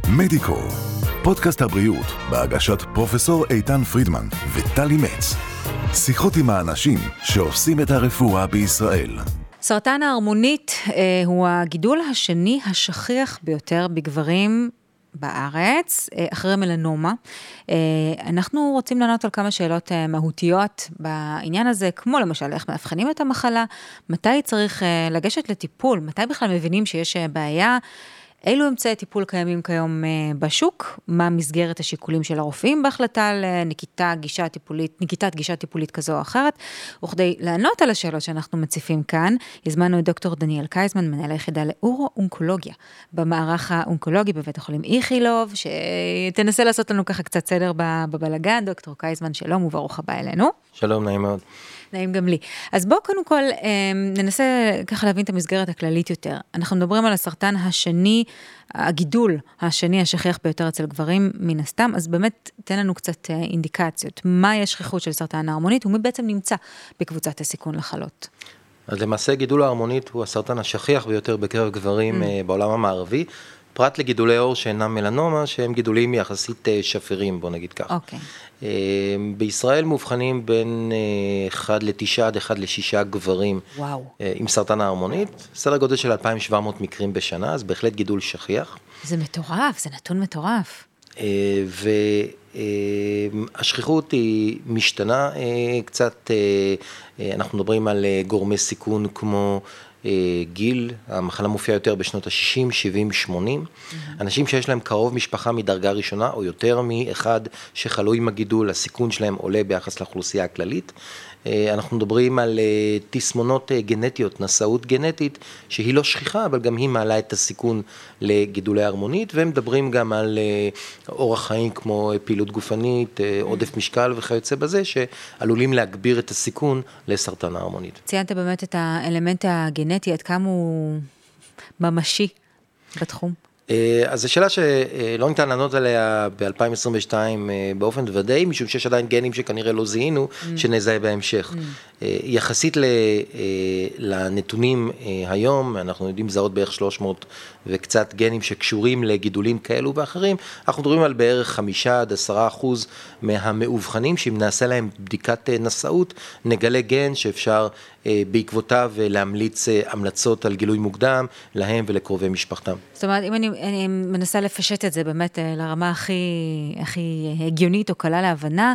מדיקו, פודקאסט הבריאות בהגשת פרופסור איתן פרידמן וטלי מצ. שיחות עם האנשים שעושים את הרפואה בישראל. סרטן הערמונית הוא הגידול השני השכיח ביותר בגברים בארץ, אחרי מלנומה. אנחנו רוצים לענות על כמה שאלות מהותיות בעניין הזה, כמו למשל איך מאבחנים את המחלה, מתי צריך לגשת לטיפול, מתי בכלל מבינים שיש בעיה, אילו אמצעי טיפול קיימים כיום בשוק, מה מסגרת השיקולים של הרופאים בהחלטה על נקיטת גישה טיפולית כזו או אחרת, וכדי לענות על השאלות שאנחנו מציפים כאן, הזמנו את דוקטור דניאל קייזמן, מנהל היחידה לאורו-אונקולוגיה, במערך האונקולוגי בבית החולים איכילוב, שתנסה לעשות לנו ככה קצת סדר בבלגן. דוקטור קייזמן, שלום וברוך הבא אלינו. שלום, נעים מאוד. נעים גם לי. אז בואו קודם כל ננסה ככה להבין את המסגרת הכללית יותר. אנחנו מדברים על הסרטן השני, הגידול השני השכיח ביותר אצל גברים מן הסתם, אז באמת תן לנו קצת אינדיקציות. מהי השכיחות של סרטן ההרמונית ומי בעצם נמצא בקבוצת הסיכון לחלות? אז למעשה גידול ההרמונית הוא הסרטן השכיח ביותר בקרב גברים בעולם המערבי, פרט לגידולי עור שאינם מלנומה, שהם גידולים יחסית שפירים, בוא נגיד כך. אוקיי. בישראל מאובחנים בין 1 ל-9 עד 1 ל-6 גברים עם סרטן ההרמונית, סדר גודל של 2,700 מקרים בשנה, אז בהחלט גידול שכיח. זה מטורף, זה נתון מטורף. והשכיחות היא משתנה קצת, אנחנו מדברים על גורמי סיכון כמו גיל, המחלה מופיעה יותר בשנות ה-60, 70, 80. אנשים שיש להם קרוב משפחה מדרגה ראשונה, או יותר מאחד שחלו עם הגידול, הסיכון שלהם עולה ביחס לאוכלוסייה הכללית. אנחנו מדברים על תסמונות גנטיות, נשאות גנטית, שהיא לא שכיחה, אבל גם היא מעלה את הסיכון לגידולי הרמונית, והם מדברים גם על אורח חיים כמו פעילות גופנית, עודף משקל וכיוצא בזה, שעלולים להגביר את הסיכון לסרטן ההרמונית. ציינת באמת את האלמנט הגנטי, עד כמה הוא ממשי בתחום? אז זו שאלה שלא ניתן לענות עליה ב-2022 באופן ודאי, משום שיש עדיין גנים שכנראה לא זיהינו, שנזהה בהמשך. יחסית לנתונים היום, אנחנו יודעים לזהות בערך 300 וקצת גנים שקשורים לגידולים כאלו ואחרים, אנחנו מדברים על בערך 5-10% מהמאובחנים, שאם נעשה להם בדיקת נשאות, נגלה גן שאפשר בעקבותיו להמליץ המלצות על גילוי מוקדם להם ולקרובי משפחתם. זאת אומרת, אם אני מנסה לפשט את זה באמת לרמה הכי הגיונית או קלה להבנה,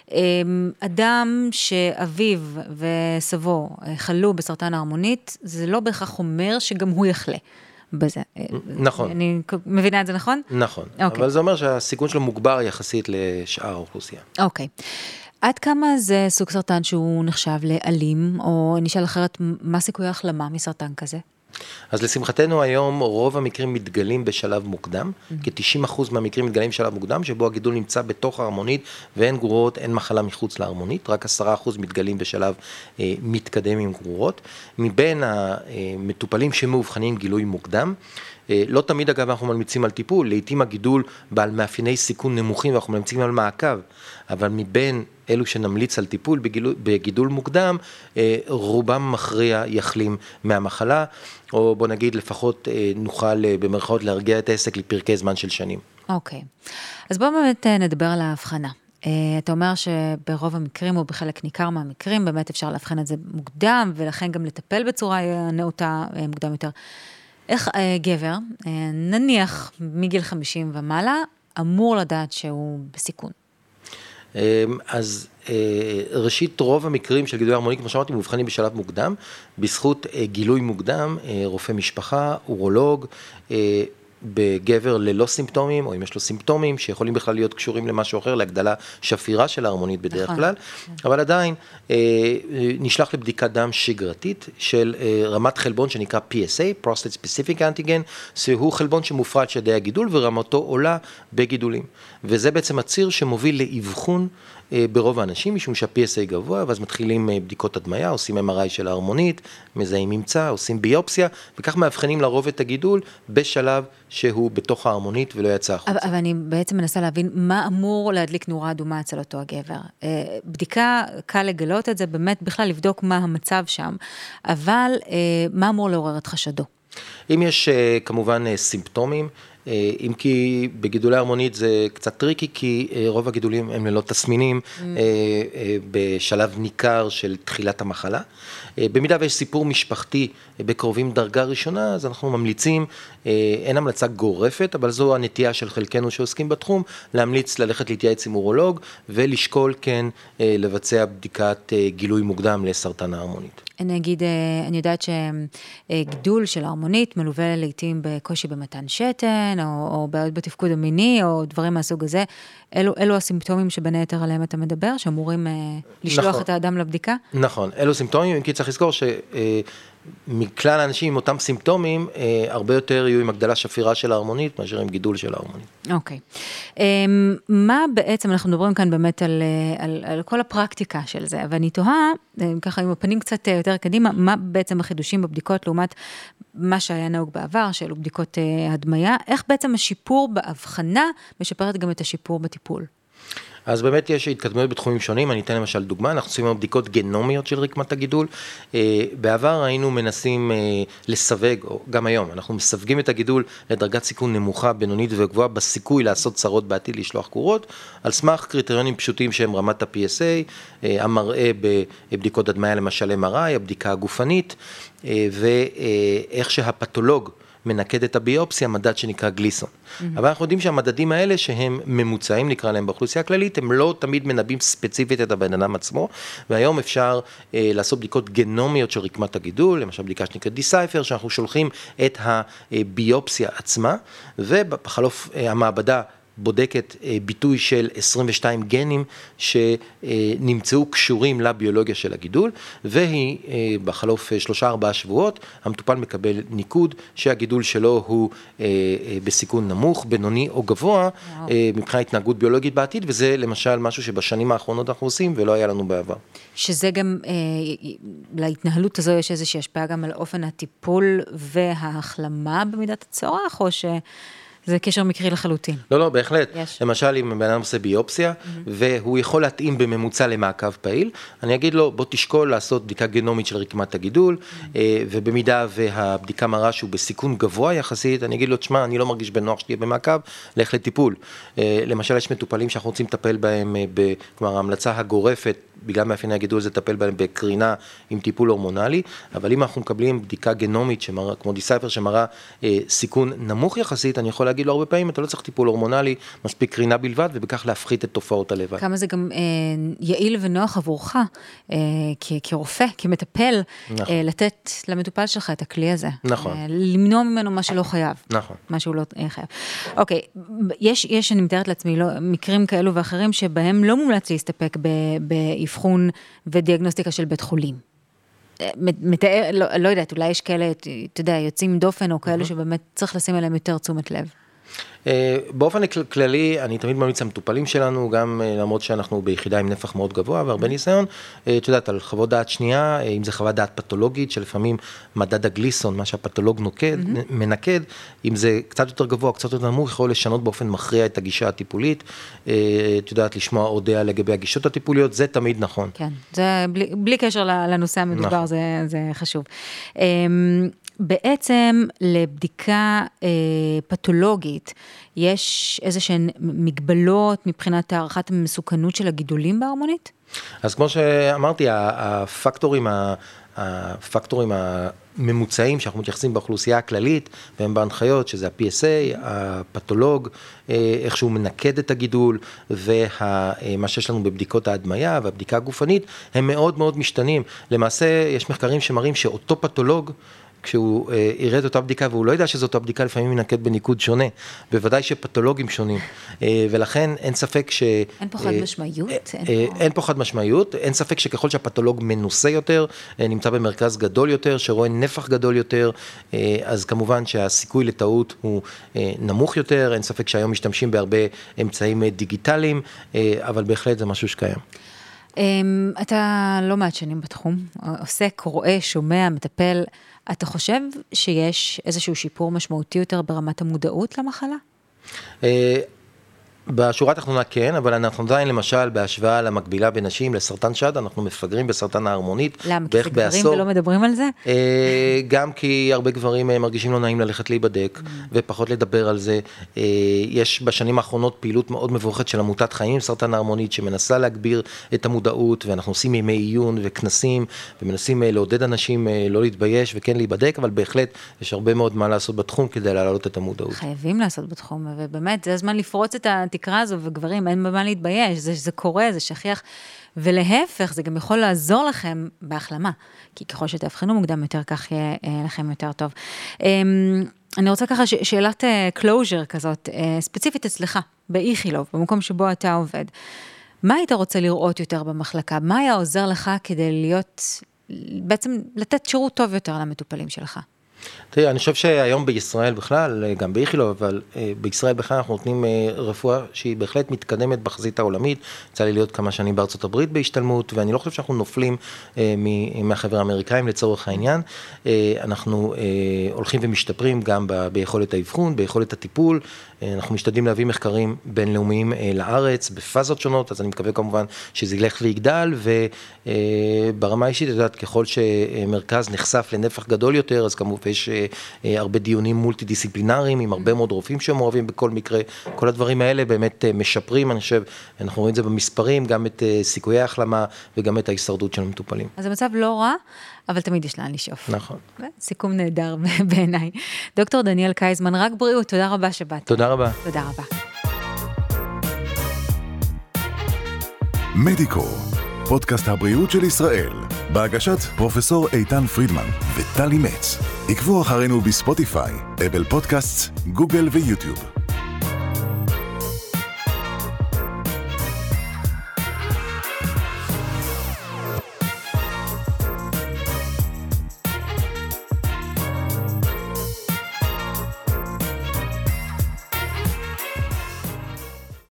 אדם שאביו וסבו חלו בסרטן ההרמונית, זה לא בהכרח אומר שגם הוא יחלה בזה. נכון. אני מבינה את זה נכון? נכון. אבל זה אומר שהסיכון שלו מוגבר יחסית לשאר האוכלוסייה. אוקיי. עד כמה זה סוג סרטן שהוא נחשב לאלים, או נשאל אחרת, מה סיכוי ההחלמה מסרטן כזה? אז לשמחתנו היום רוב המקרים מתגלים בשלב מוקדם, כ-90% מהמקרים מתגלים בשלב מוקדם, שבו הגידול נמצא בתוך ההרמונית, ואין גרורות, אין מחלה מחוץ להרמונית, רק 10% מתגלים בשלב מתקדם עם גרורות. מבין המטופלים שמאובחנים גילוי מוקדם, לא תמיד אגב אנחנו ממליצים על טיפול, לעתים הגידול בעל מאפייני סיכון נמוכים, ואנחנו ממליצים על מעקב, אבל מבין אלו שנמליץ על טיפול בגידול מוקדם, רובם מכריע יחלים מהמחלה, או בוא נגיד לפחות נוכל במרכאות להרגיע את העסק לפרקי זמן של שנים. אוקיי, אז בואו באמת נדבר על ההבחנה. אתה אומר שברוב המקרים או בחלק ניכר מהמקרים באמת אפשר להבחן את זה מוקדם, ולכן גם לטפל בצורה נאותה מוקדם יותר. איך גבר, נניח מגיל 50 ומעלה, אמור לדעת שהוא בסיכון? אז ראשית רוב המקרים של גידולי הרמונית, כמו שאמרתי, מאובחנים בשלב מוקדם, בזכות גילוי מוקדם, רופא משפחה, אורולוג, בגבר ללא סימפטומים, או אם יש לו סימפטומים, שיכולים בכלל להיות קשורים למשהו אחר, להגדלה שפירה של ההרמונית בדרך כלל, אבל עדיין נשלח לבדיקת דם שגרתית של רמת חלבון שנקרא PSA, Prostate Specific Antigen, שהוא חלבון שמופרד שדי הגידול, ורמתו עולה בגידולים. וזה בעצם הציר שמוביל לאבחון ברוב האנשים, משום שה-PSA גבוה, ואז מתחילים בדיקות הדמיה, עושים MRI של ההרמונית, מזהים ממצא, עושים ביופסיה, וכך מאבחנים לרוב את הגידול בשלב שהוא בתוך ההרמונית ולא יצא החוצה. אבל אני בעצם מנסה להבין מה אמור להדליק נורה אדומה אצל אותו הגבר. בדיקה קל לגלות את זה, באמת בכלל לבדוק מה המצב שם, אבל מה אמור לעורר את חשדו? אם יש כמובן סימפטומים, אם כי בגידולי הרמונית זה קצת טריקי, כי רוב הגידולים הם ללא תסמינים בשלב ניכר של תחילת המחלה. במידה ויש סיפור משפחתי בקרובים דרגה ראשונה, אז אנחנו ממליצים, אין המלצה גורפת, אבל זו הנטייה של חלקנו שעוסקים בתחום, להמליץ ללכת להתייעץ עם אורולוג, ולשקול כן לבצע בדיקת גילוי מוקדם לסרטן ההרמונית. אני אגיד, אני יודעת שגידול של ההרמונית מלווה לעתים בקושי במתן שתן, או בעיות בתפקוד המיני, או דברים מהסוג הזה. אלו הסימפטומים שבין היתר עליהם אתה מדבר, שאמורים לשלוח את האדם לבדיקה? נכון, אלו סימפטומים, אם כי צריך לזכור מכלל האנשים עם אותם סימפטומים, הרבה יותר יהיו עם הגדלה שפירה של ההרמונית, מאשר עם גידול של ההרמונית. אוקיי. מה בעצם, אנחנו מדברים כאן באמת על כל הפרקטיקה של זה, ואני תוהה, ככה עם הפנים קצת יותר קדימה, מה בעצם החידושים בבדיקות, לעומת מה שהיה נהוג בעבר, שאלו בדיקות הדמיה, איך בעצם השיפור בהבחנה משפרת גם את השיפור בטיפול? אז באמת יש התקדמויות בתחומים שונים, אני אתן למשל דוגמה, אנחנו עושים בדיקות גנומיות של רקמת הגידול, בעבר היינו מנסים לסווג, או גם היום, אנחנו מסווגים את הגידול לדרגת סיכון נמוכה, בינונית וגבוהה, בסיכוי לעשות צרות בעתיד לשלוח קורות, על סמך קריטריונים פשוטים שהם רמת ה-PSA, המראה בבדיקות הדמיה למשל MRI, הבדיקה הגופנית, ואיך שהפתולוג מנקד את הביופסיה, מדד שנקרא גליסון. אבל אנחנו יודעים שהמדדים האלה שהם ממוצעים, נקרא להם באוכלוסייה הכללית, הם לא תמיד מנבאים ספציפית את הבן אדם עצמו, והיום אפשר לעשות בדיקות גנומיות של רקמת הגידול, למשל בדיקה שנקראת דיסייפר, שאנחנו שולחים את הביופסיה עצמה, ובחלוף המעבדה בודקת ביטוי של 22 גנים שנמצאו קשורים לביולוגיה של הגידול, והיא בחלוף 3-4 שבועות, המטופל מקבל ניקוד שהגידול שלו הוא בסיכון נמוך, בינוני או גבוה, מבחינת התנהגות ביולוגית בעתיד, וזה למשל משהו שבשנים האחרונות אנחנו עושים ולא היה לנו בעבר. שזה גם, להתנהלות הזו יש איזושהי השפעה גם על אופן הטיפול וההחלמה במידת הצורך, או זה קשר מקרי לחלוטין. לא, בהחלט. למשל, אם בן אדם עושה ביופסיה, והוא יכול להתאים בממוצע למעקב פעיל, אני אגיד לו, בוא תשקול לעשות בדיקה גנומית של רקמת הגידול, ובמידה והבדיקה מראה שהוא בסיכון גבוה יחסית, אני אגיד לו, תשמע, אני לא מרגיש בנוח שתהיה במעקב, לך לטיפול. למשל, יש מטופלים שאנחנו רוצים לטפל בהם, כלומר, ההמלצה הגורפת, בגלל מאפייני הגידול זה לטפל בהם בקרינה עם טיפול הורמונלי, אבל אם אנחנו מקבלים בדיקה גנומית שמראה, כמו דיסייפר שמראה סיכון נמוך יחסית, אני יכול להגיד לו הרבה פעמים, אתה לא צריך טיפול הורמונלי, מספיק קרינה בלבד, ובכך להפחית את תופעות הלוואי. כמה זה גם יעיל ונוח עבורך, כרופא, כמטפל, לתת למטופל שלך את הכלי הזה. נכון. למנוע ממנו מה שלא חייב. נכון. מה שהוא לא חייב. אוקיי, יש, אני מתארת לעצמי, מקרים כאלו ואחרים, שבהם לא מומלץ להסתפק באבחון ודיאגנוסטיקה של בית חולים. מתאר, לא יודעת, אולי יש כאלה, אתה יודע, יוצאים דופן או כאלה שבאמת צריך לשים עליהם יותר תשומת לב. באופן כללי, אני תמיד ממליץ למטופלים שלנו, גם למרות שאנחנו ביחידה עם נפח מאוד גבוה והרבה ניסיון, את יודעת, על חוות דעת שנייה, אם זה חוות דעת פתולוגית, שלפעמים מדד הגליסון, מה שהפתולוג מנקד, אם זה קצת יותר גבוה, קצת יותר נמוך, יכול לשנות באופן מכריע את הגישה הטיפולית, את יודעת, לשמוע עוד דעה לגבי הגישות הטיפוליות, זה תמיד נכון. כן, זה בלי קשר לנושא המדובר, זה חשוב. בעצם לבדיקה פתולוגית, יש איזושהי מגבלות מבחינת הערכת המסוכנות של הגידולים בהרמונית? אז כמו שאמרתי, הפקטורים הממוצעים שאנחנו מתייחסים באוכלוסייה הכללית, והם בהנחיות, שזה ה-PSA, הפתולוג, איך שהוא מנקד את הגידול, ומה שיש לנו בבדיקות ההדמיה והבדיקה הגופנית, הם מאוד מאוד משתנים. למעשה, יש מחקרים שמראים שאותו פתולוג, כשהוא יראה את אותה בדיקה, והוא לא יודע שזו אותה בדיקה, לפעמים ינקד בניקוד שונה. בוודאי שפתולוגים שונים. ולכן אין ספק ש... אין פה חד משמעיות? אין פה חד משמעיות. אין ספק שככל שהפתולוג מנוסה יותר, נמצא במרכז גדול יותר, שרואה נפח גדול יותר, אז כמובן שהסיכוי לטעות הוא נמוך יותר. אין ספק שהיום משתמשים בהרבה אמצעים דיגיטליים, אבל בהחלט זה משהו שקיים. אתה לא מעט שנים בתחום, עוסק, רואה, שומע, מטפל. אתה חושב שיש איזשהו שיפור משמעותי יותר ברמת המודעות למחלה? בשורה התחתונה כן, אבל אנחנו עדיין למשל בהשוואה למקבילה בנשים לסרטן שד, אנחנו מפגרים בסרטן ההרמונית. למה? כי זה גברים ולא מדברים על זה? גם כי הרבה גברים מרגישים לא נעים ללכת להיבדק, ופחות לדבר על זה. יש בשנים האחרונות פעילות מאוד מבורכת של עמותת חיים, סרטן ההרמונית, שמנסה להגביר את המודעות, ואנחנו עושים ימי עיון וכנסים, ומנסים לעודד אנשים לא להתבייש וכן להיבדק, אבל בהחלט יש הרבה מאוד מה לעשות בתחום כדי להעלות את המודעות. חייבים לעשות בתחום, ובאמת זה הזמן לפרוץ את התקרה הזו, וגברים אין במה להתבייש, זה קורה, זה שכיח, ולהפך, זה גם יכול לעזור לכם בהחלמה, כי ככל שתאבחנו מוקדם יותר, כך יהיה לכם יותר טוב. אני רוצה ככה שאלת closure כזאת, ספציפית אצלך, באיכילוב, במקום שבו אתה עובד. מה היית רוצה לראות יותר במחלקה? מה היה עוזר לך כדי להיות, בעצם לתת שירות טוב יותר למטופלים שלך? תראי, אני חושב שהיום בישראל בכלל, גם באיכילוב, אבל בישראל בכלל אנחנו נותנים רפואה שהיא בהחלט מתקדמת בחזית העולמית. יצא לי להיות כמה שנים בארצות הברית בהשתלמות, ואני לא חושב שאנחנו נופלים מהחבר האמריקאים לצורך העניין. אנחנו הולכים ומשתפרים גם ביכולת האבחון, ביכולת הטיפול. אנחנו משתדלים להביא מחקרים בינלאומיים לארץ, בפאזות שונות, אז אני מקווה כמובן שזה ילך ויגדל, וברמה האישית, יודעת, ככל שמרכז נחשף לנפח גדול יותר, אז כמובן יש הרבה דיונים מולטי-דיסציפלינריים, עם הרבה מאוד רופאים שמעורבים בכל מקרה, כל הדברים האלה באמת משפרים, אני חושב, אנחנו רואים את זה במספרים, גם את סיכויי ההחלמה, וגם את ההישרדות של המטופלים. אז המצב לא רע, אבל תמיד יש לאן לשאוף. נכון. סיכום נהדר בעיניי. דוקטור דניאל קייזמן, רק בריאות, תודה רבה שבאת. תודה רבה. תודה רבה. מדיקו, פודקאסט הבריאות של ישראל, בהגשת פרופסור איתן פרידמן וטלי מצ. עקבו אחרינו בספוטיפיי, אפל פודקאסט, גוגל ויוטיוב.